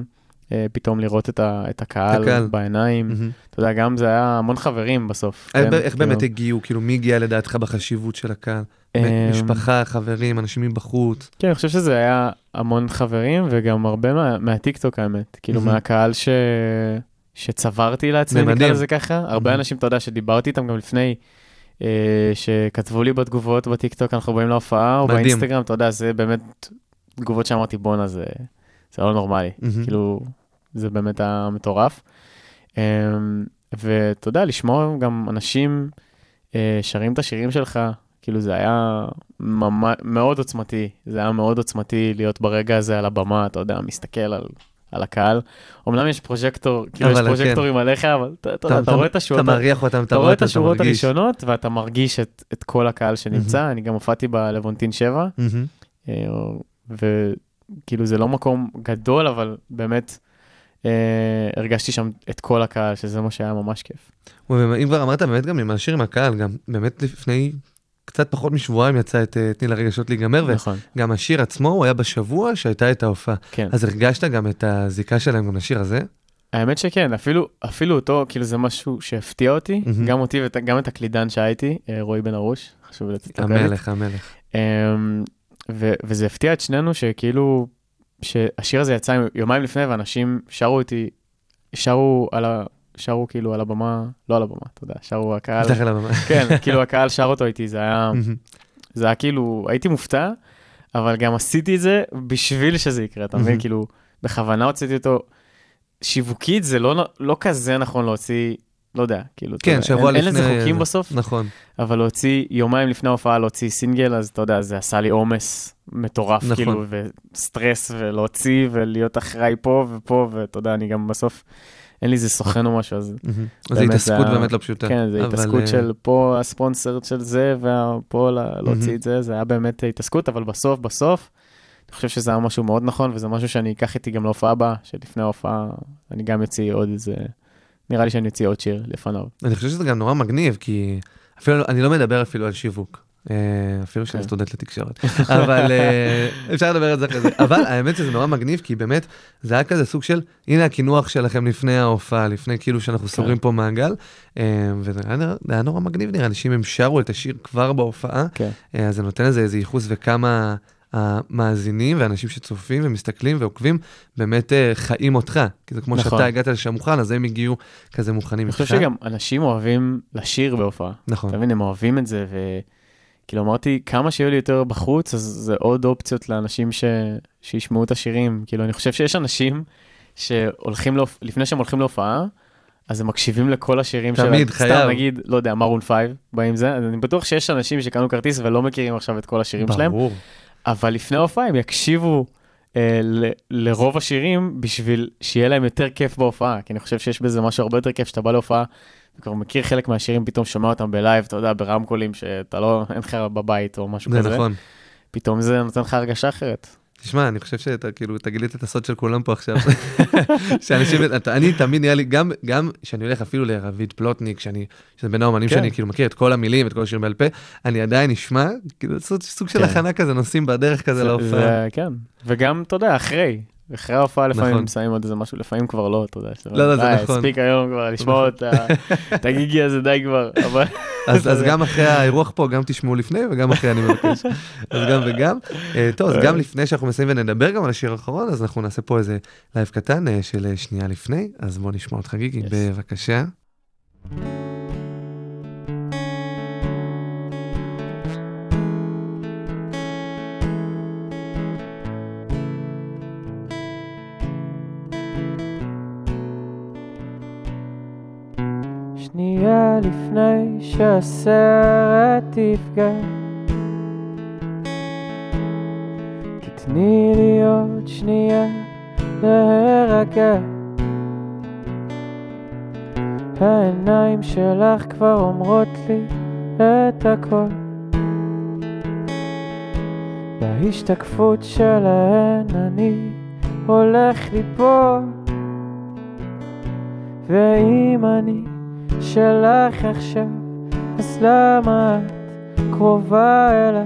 פתאום לראות את הקהל בעיניים. אתה יודע, גם זה היה המון חברים בסוף. איך באמת הגיעו? כאילו, מי הגיע לדעתך בחשיבות של הקהל? משפחה, חברים, אנשים מבחוץ? כן, אני חושב שזה היה המון חברים, וגם הרבה מהטיקטוק האמת. כאילו, מהקהל שצברתי לעצמי, נקרא לזה ככה. הרבה אנשים, אתה יודע, שדיברתי איתם גם לפני, שכתבו לי בתגובות בטיקטוק, אנחנו באים להופעה, או באינסטגרם, אתה יודע, זה באמת תגובות שאמרתי, בונה, זה לא נורמלי. כאילו, זה באמת המטורף. ואתה יודע, לשמוע גם אנשים שרים את השירים שלך, כאילו זה היה מאוד עוצמתי, זה היה מאוד עוצמתי להיות ברגע הזה על הבמה, אתה יודע, מסתכל על הקהל. אומנם יש פרוז'קטור, כאילו יש פרוז'קטורים עליך, אבל אתה רואה את השורות, אתה מריח אותם, אתה רואה את השורות הראשונות, ואתה מרגיש את כל הקהל שנמצא. אני גם הופעתי בלוונטין 7, וכאילו זה לא מקום גדול, אבל באמת הרגשתי שם את כל הקהל, שזה מה שהיה ממש כיף. אם כבר אמרת, באמת גם עם השיר עם הקהל, גם באמת לפני קצת פחות משבועיים יצא את תני לרגשות להיגמר, וגם השיר עצמו הוא היה בשבוע שהייתה את ההופעה. אז הרגשת גם את הזיקה שלהם גם לשיר הזה? האמת שכן, אפילו אותו, כאילו זה משהו שהפתיע אותי, גם אותי וגם את הקלידן שהייתי, רועי בן ארוש, חשוב לתת לו קרדיט. המלך. וזה הפתיע את שנינו שכאילו, שהשיר הזה יצא יומיים לפני, ואנשים שרו כאילו על הבמה, לא על הבמה, אתה יודע, שרו הקהל. בטח על הבמה. כן, כאילו הקהל שר אותו איתי, זה היה כאילו, הייתי מופתע, אבל גם עשיתי את זה בשביל שזה יקרה, אתה מבין? כאילו, בכוונה הוצאתי אותו, שיווקית זה לא כזה נכון להוציא, לא יודע, כאילו, כן, שבוע לפני. אין לזה חוקים בסוף. נכון. אבל להוציא, יומיים לפני ההופעה, להוציא סינגל, אז אתה יודע, זה עשה לי עומס מטורף, כאילו, וסטרס, ולהוציא, ולהיות אחראי פה ופה, ואתה יודע, אני גם בסוף אין לי איזה סוכן או משהו, אז זה התעסקות באמת לא פשוטה. כן, זה התעסקות של פה הספונסר של זה, ופה להוציא את זה, זה היה באמת התעסקות, אבל בסוף, אני חושב שזה היה משהו מאוד נכון, וזה משהו שאני אקח איתי גם להופעה הבאה, שלפני ההופעה אני גם יוציא עוד איזה, נראה לי שאני יוציא עוד שיר לפניו. אני חושב שזה גם נורא מגניב, כי אפילו, אני לא מדבר אפילו על שיווק. אפילו שאני סטודנט לתקשורת, אבל אפשר לדבר על זה כזה, אבל האמת שזה נורא מגניב, כי באמת זה היה כזה סוג של, הנה הכינוח שלכם לפני ההופעה, לפני כאילו שאנחנו סוגרים פה מעגל, וזה היה נורא מגניב, נראה, אנשים הם שרו את השיר כבר בהופעה, אז זה נותן לזה איזה ייחוס וכמה המאזינים ואנשים שצופים ומסתכלים ועוקבים, באמת חיים אותך, כי זה כמו שאתה הגעת לשם מוכן, אז הם הגיעו כזה מוכנים. אני חושב שגם אנשים אוהבים לשיר בהופעה, אתה מבין, הם אוהבים את זה, כאילו אמרתי, כמה שיהיו לי יותר בחוץ, אז זה עוד אופציות לאנשים שישמעו את השירים. כאילו, אני חושב שיש אנשים שהולכים, לפני שהם הולכים להופעה, אז הם מקשיבים לכל השירים שלהם. תמיד, חייב. סתם נגיד, לא יודע, מרון 5, באים זה, אז אני בטוח שיש אנשים שקנו כרטיס ולא מכירים עכשיו את כל השירים שלהם. ברור. אבל לפני ההופעה הם יקשיבו לרוב השירים, בשביל שיהיה להם יותר כיף בהופעה. כי אני חושב שיש בזה משהו הרבה יותר כיף, שאתה בא להופעה, וכבר מכיר חלק מהשירים, פתאום שומע אותם בלייב, אתה יודע, ברמקולים, שאתה לא, אין לך בבית או משהו כזה. זה נכון. פתאום זה נותן לך הרגשה אחרת. תשמע, אני חושב שאתה כאילו, תגילית את הסוד של כולם פה עכשיו. שאנשים, אני תמיד נראה לי, גם שאני הולך אפילו לרביד פלוטניק, שזה בין האומנים שאני כאילו מכיר את כל המילים, את כל השירים בעל פה, אני עדיין נשמע, כאילו, סוג של הכנה כזה, נוסעים בדרך כזה להופעה. כן, וגם, אתה יודע, אחרי ההופעה לפעמים שמים עוד איזה משהו, לפעמים כבר לא, אתה יודע. לא, זה נכון. הספיק היום כבר, לשמוע את הגיגי הזה די כבר, אבל... אז גם אחרי האירוח פה, גם תשמעו לפני, וגם אחרי אני מבקש. אז גם וגם. טוב, אז גם לפני שאנחנו מסיימים ונדבר גם על השיר האחרון, אז אנחנו נעשה פה איזה לייב קטן של שנייה לפני, אז בוא נשמע אותך גיגי, בבקשה. שנייה לפני שהסרט יפגע, תתני לי עוד שנייה להירגע. העיניים שלך כבר אומרות לי את הכל, בהשתקפות שלהן אני הולך ליפול. ואם אני שלך עכשיו, אז למה את קרובה אליו?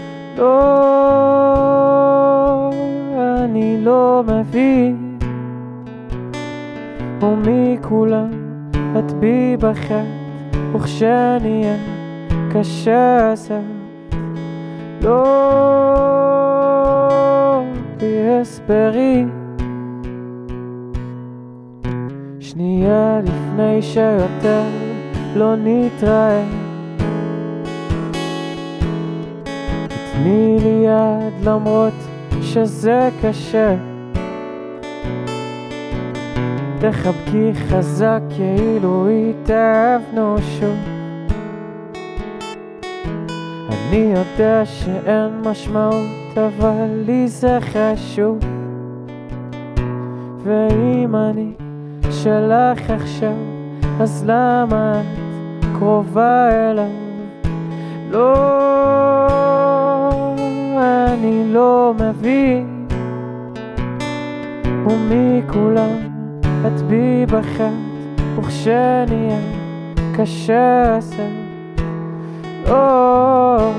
לא, אני לא מבין ומכולם את בי בחת, וכשנהיה קשה אז את לא בי הסברים. שנייה לפני שיותר לא נתראה, תתני לי יד למרות שזה קשה, תחבקי חזק כאילו התאהבנו שוב. אני יודע שאין משמעות אבל לי זה חשוב, ואם אני שלך עכשיו אז למה את קרובה אליו? לא, אני לא מבין, ומכולם את בי בחת, וכשנהיה קשה אז או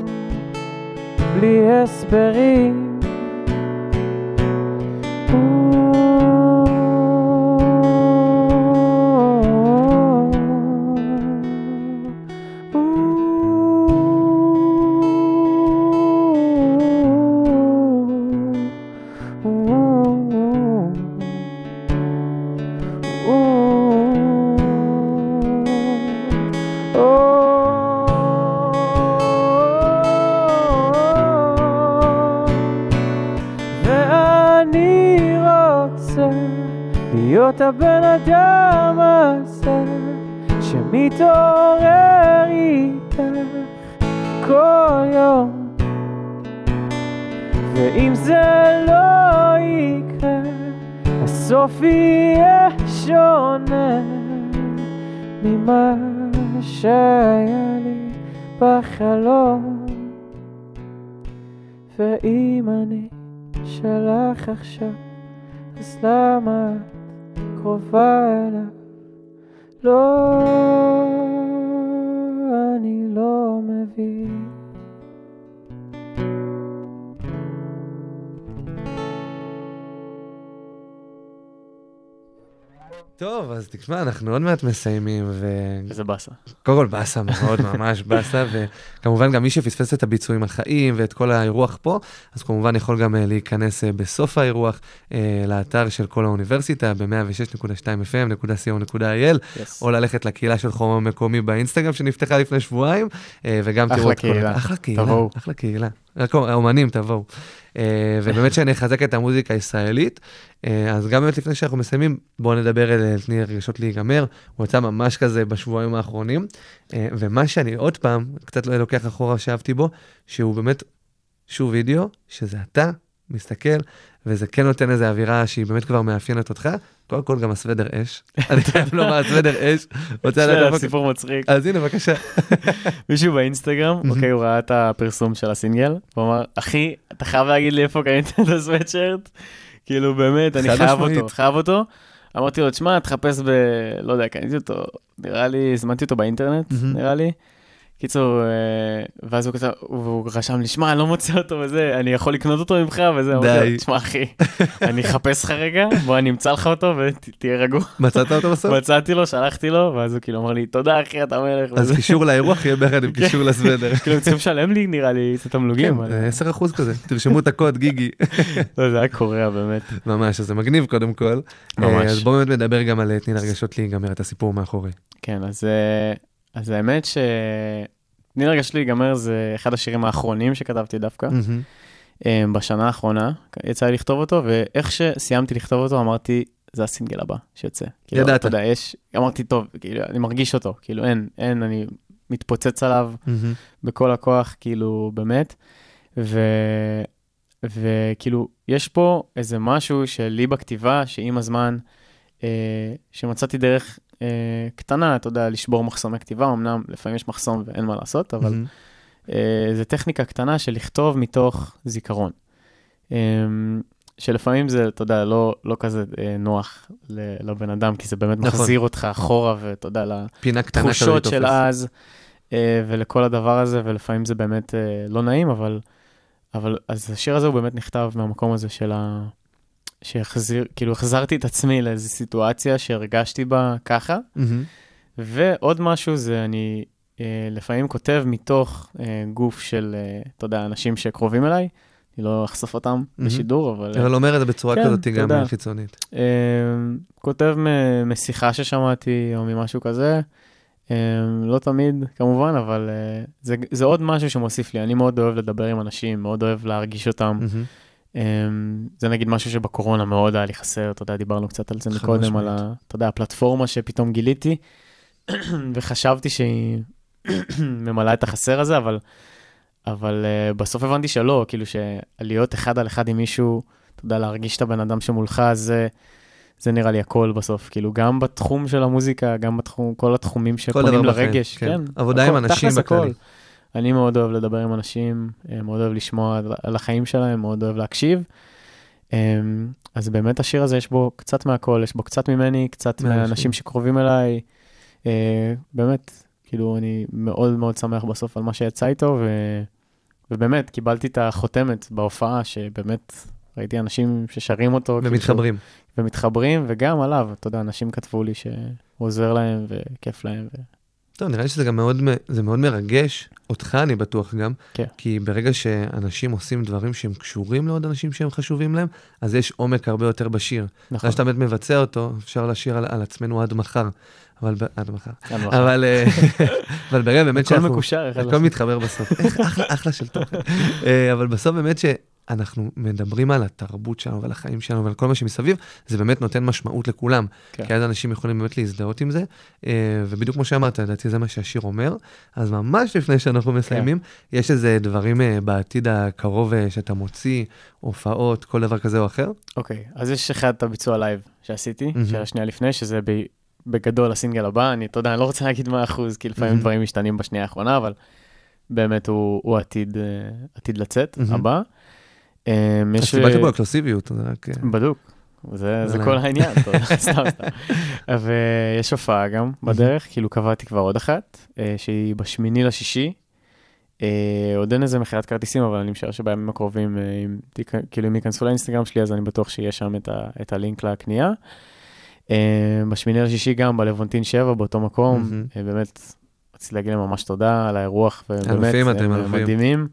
בלי הסברים. להיות הבן אדם הזה שמתעורר איתך כל יום, ואם זה לא יקרה הסוף יהיה שונה ממה שהיה לי בחלום. ואם אני שלך עכשיו אז למה קרובה אליו? לא, אני לא מבין. טוב, אז תשמע, אנחנו עוד מעט מסיימים, איזה באסה. קודם כל באסה מאוד, ממש באסה, וכמובן גם מי שפספס את הביצועים על חיים ואת כל האירוח פה, אז כמובן יכול גם להיכנס בסוף האירוח לאתר של כל האוניברסיטה, ב-106.2fm.co.il, או ללכת לקהילה של חומר מקומי באינסטגרם שנפתחה לפני שבועיים, וגם תראו את כל... אחלה קהילה. אחלה קהילה. האומנים תבואו. ובאמת שאני אחזק את המוזיקה הישראלית, אז גם באמת לפני שאנחנו מסיימים, בואו נדבר על תני רגשות להיגמר, הוא יצא ממש כזה בשבועיים האחרונים, ומה שאני עוד פעם, קצת לא לוקח אחורה שאהבתי בו, שהוא באמת שוב וידאו, שזה אתה מסתכל, וזה כן נותן איזו אווירה שהיא באמת כבר מאפיינת אותך, קודם כל גם הסוודר אש, אני חייב לומר, הסוודר אש, סיפור מצחיק. אז הנה, בבקשה. מישהו באינסטגרם, אוקיי, הוא ראה את הפרסום של הסינגל, הוא אמר, אחי, אתה חייב להגיד לי איפה קנית את הסווטשרט? כאילו באמת, אני חייב אותו. אמרתי לו, תשמע, תחפש לא יודע, קניתי אותו, נראה לי, הזמנתי אותו באינטרנט, נראה לי. קיצור, ואז הוא רשם לי, שמע, אני לא מוצא אותו וזה, אני יכול לקנות אותו ממך וזה, אמרתי לו, תשמע אחי, אני אחפש לך רגע, בוא אני אמצא לך אותו ותהיה רגוע. מצאת אותו בסוף? מצאתי לו, שלחתי לו, ואז הוא כאילו אמר לי, תודה אחי, אתה מלך. אז קישור לאירוח יהיה ביחד עם קישור לסוודר. כאילו, צריכים לשלם לי, נראה לי, את התמלוגים. 10% כזה, תרשמו את הקוד, גיגי. זה היה קורע באמת. ממש, אז זה מגניב קודם כל. ממש. אז בואו באמת נדבר גם על תני לרגשות להיגמר, את הסיפור מאחורי. כן, אז האמת תני לרגשות להיגמר זה אחד השירים האחרונים שכתבתי דווקא. בשנה האחרונה יצא לי לכתוב אותו, ואיך שסיימתי לכתוב אותו אמרתי, זה הסינגל הבא שיוצא. ידעת. אמרתי, טוב, אני מרגיש אותו, כאילו אין, אני מתפוצץ עליו בכל הכוח, כאילו באמת. וכאילו, יש פה איזה משהו שלי בכתיבה, שעם הזמן, שמצאתי דרך קטנה, אתה יודע, לשבור מחסומי כתיבה, אמנם לפעמים יש מחסום ואין מה לעשות, אבל זה טכניקה קטנה של לכתוב מתוך זיכרון. שלפעמים זה, אתה יודע, לא כזה נוח לבן אדם, כי זה באמת מחזיר אותך אחורה, ואתה יודע, לתחושות של אז, ולכל הדבר הזה, ולפעמים זה באמת לא נעים, אבל אז השיר הזה הוא באמת נכתב מהמקום הזה של כאילו החזרתי את עצמי לאיזו סיטואציה שהרגשתי בה ככה. ועוד משהו זה אני לפעמים כותב מתוך גוף של, אתה יודע, אנשים שקרובים אליי, אני לא אחשוף אותם בשידור, אבל אומר את זה בצורה כזאת גם חיצונית. כותב משיחה ששמעתי או ממשהו כזה, לא תמיד כמובן, אבל זה עוד משהו שמוסיף לי. אני מאוד אוהב לדבר עם אנשים, מאוד אוהב להרגיש אותם. זה נגיד משהו שבקורונה מאוד היה לי חסר, אתה יודע, דיברנו קצת על זה מקודם, על הפלטפורמה שפתאום גיליתי, וחשבתי שהיא ממלאה את החסר הזה, אבל בסוף הבנתי שלא, כאילו שלהיות אחד על אחד עם מישהו, אתה יודע, להרגיש את הבן אדם שמולך, זה נראה לי הכל בסוף, כאילו גם בתחום של המוזיקה, גם בתחום, כל התחומים שקונים לרגש, כן. עבודה עם אנשים בכללי. אני מאוד אוהב לדבר עם אנשים, מאוד אוהב לשמוע על החיים שלהם, מאוד אוהב להקשיב. אז באמת השיר הזה יש בו קצת מהכל, יש בו קצת ממני, קצת מהאנשים שקרובים אליי. באמת, כאילו אני מאוד מאוד שמח בסוף על מה שיצא איתו, ובאמת קיבלתי את החותמת בהופעה, שבאמת ראיתי אנשים ששרים אותו. ומתחברים, וגם עליו, אתה יודע, אנשים כתבו לי שהוא עוזר להם וכיף להם. טוב, נראה לי שזה גם זה מאוד מרגש, אותך אני בטוח גם, כי ברגע שאנשים עושים דברים שהם קשורים לעוד אנשים שהם חשובים להם, אז יש עומק הרבה יותר בשיר. נכון. שאתה באמת מבצע אותו, אפשר לשיר על עצמנו עד מחר. עד מחר. אבל ברגע באמת שאנחנו... הכל מקושר. הכל מתחבר בסוף. אחלה של תוכן. אבל בסוף באמת שאנחנו מדברים על התרבות שלנו ועל החיים שלנו ועל כל מה שמסביב, זה באמת נותן משמעות לכולם. כי אז אנשים יכולים באמת להזדהות עם זה. ובדיוק כמו שאמרת, לדעתי זה מה שהשיר אומר. אז ממש לפני שאנחנו מסיימים, יש איזה דברים בעתיד הקרוב שאתה מוציא, הופעות, כל דבר כזה או אחר? אוקיי, אז יש אחד את הביצוע לייב שעשיתי, שהשנייה לפני, שזה בגדול הסינגל הבא. אני לא רוצה להגיד 100%, כי לפעמים דברים משתנים בשנייה האחרונה, אבל באמת הוא עתיד לצאת, הבא. אז קיבלת בו אקלוסיביות. בדוק, זה כל העניין. סתם. ויש הופעה גם בדרך, כאילו קבעתי כבר עוד אחת, שהיא ב8/6. עוד אין איזה מכירת כרטיסים, אבל אני משער שבימים הקרובים, כאילו אם ייכנסו לאינסטגרם שלי, אז אני בטוח שיש שם את הלינק לקנייה. ב8/6 גם בלוונטין 7 באותו מקום, באמת רציתי להגיד להם ממש תודה על האירוח, ובאמת הם מדהימים.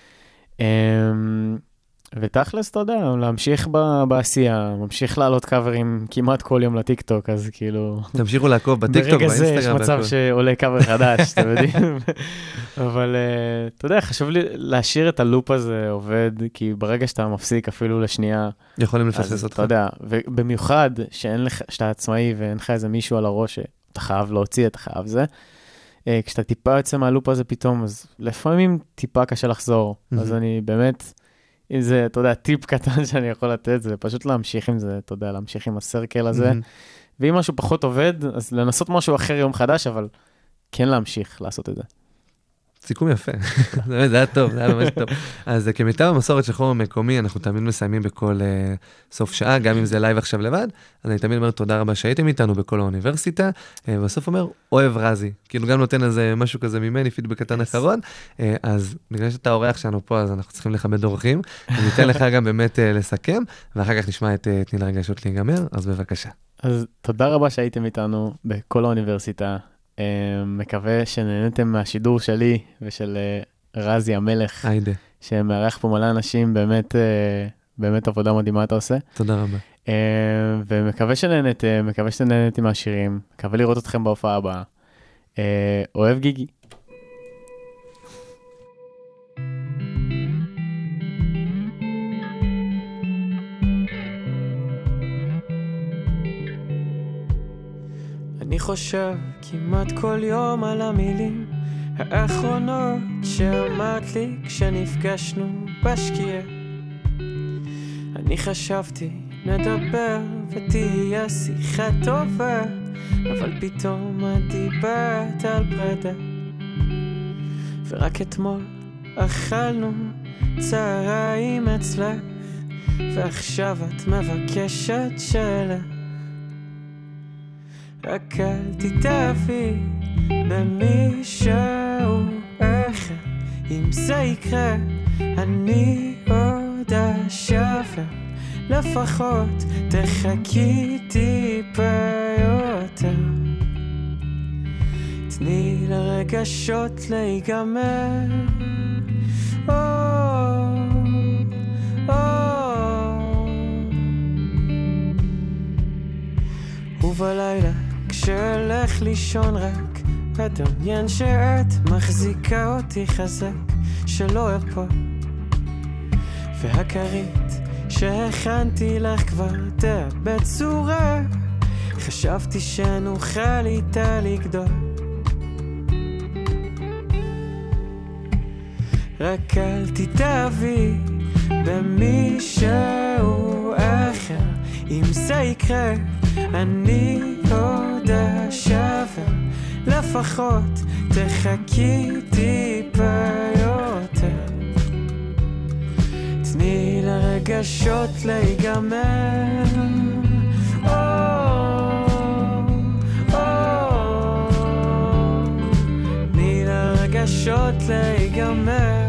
ותכלס, אתה יודע, להמשיך בעשייה, ממשיך לעלות קאברים כמעט כל יום לטיקטוק, אז כאילו... תמשיכו לעקוב בטיקטוק, ברגע זה יש מצב שעולה קאבר חדש, אתם יודעים? אבל אתה יודע, חשוב לי להשאיר את הלופ הזה עובד, כי ברגע שאתה מפסיק אפילו לשנייה... יכולים לפסס אותך. אתה יודע, ובמיוחד שאתה עצמאי ואין לך איזה מישהו על הראש שאתה חייב להוציא, אתה חייב זה, כשאתה טיפה יוצא מהלופ הזה פתאום, אז לפעמים טיפה קשה לחזור. אז אני באמת... אם זה, אתה יודע, טיפ קטן שאני יכול לתת, זה פשוט להמשיך עם זה, אתה יודע, להמשיך עם הסרקל הזה, ואם משהו פחות עובד, אז לנסות משהו אחר יום חדש, אבל כן להמשיך לעשות את זה. סיכום יפה, זה היה טוב, זה היה ממש טוב. אז כמיטב המסורת של חומר מקומי, אנחנו תמיד מסיימים בכל סוף שעה, גם אם זה לייב עכשיו לבד, אז אני תמיד אומר תודה רבה שהייתם איתנו בכל האוניברסיטה, ובסוף אומר, אוהב רזי, כאילו גם נותן איזה משהו כזה ממני, פידבק קטן אחרון, אז בגלל שאתה אורח שלנו פה, אז אנחנו צריכים לכבד אורחים, וניתן לך גם באמת לסכם, ואחר כך נשמע את תני לרגשות להיגמר, אז בבקשה. אז תודה רבה שהייתם איתנו בכל האוניברסיטה, מקווה שנהנתם מהשידור שלי ושל רזי המלך, שמארח פה מלא אנשים, באמת עבודה מדהימה אתה עושה. תודה רבה. ומקווה שנהנתם, מקווה שנהנתם מהשירים, מקווה לראות אתכם בהופעה הבאה. אוהב גיגי. אני חושב כמעט כל יום על המילים האחרונות שאמרת לי כשנפגשנו בשקיעה. אני חשבתי נדבר ותהיה שיחה טובה, אבל פתאום את דיברת על פרידה. ורק אתמול אכלנו צהריים אצלך, ועכשיו את מבקשת שלך. רק אל תתאהבי במישהו אחר, אם זה יקרה אני עוד אשבר לפחות תחכי טיפה יותר. תני לרגשות להיגמר. ובלילה כשהלך לישון רק אדמיין שאת מחזיקה אותי חזק שלא אפול, והכרית שהכנתי לך כבר תאבד צורה. חשבתי שנוכל איתה לגדול, רק אל תתאהבי במישהו אחר. אם זה יקרה אני עוד אשבר, לפחות תחכי טיפה יותר. תני לרגשות להיגמר. תני לרגשות להיגמר.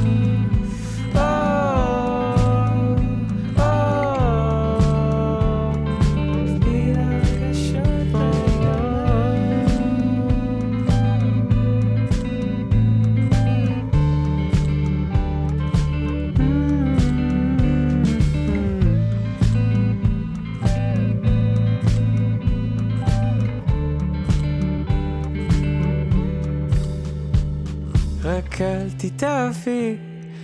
רק אל תתאהבי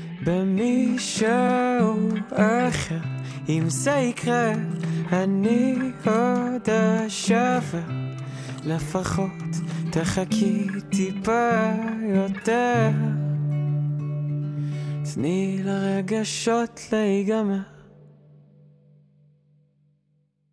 במישהו אחר. אם זה יקרה אני עוד אשבר, לפחות תחכי טיפה יותר. תני לרגשות להיגמר.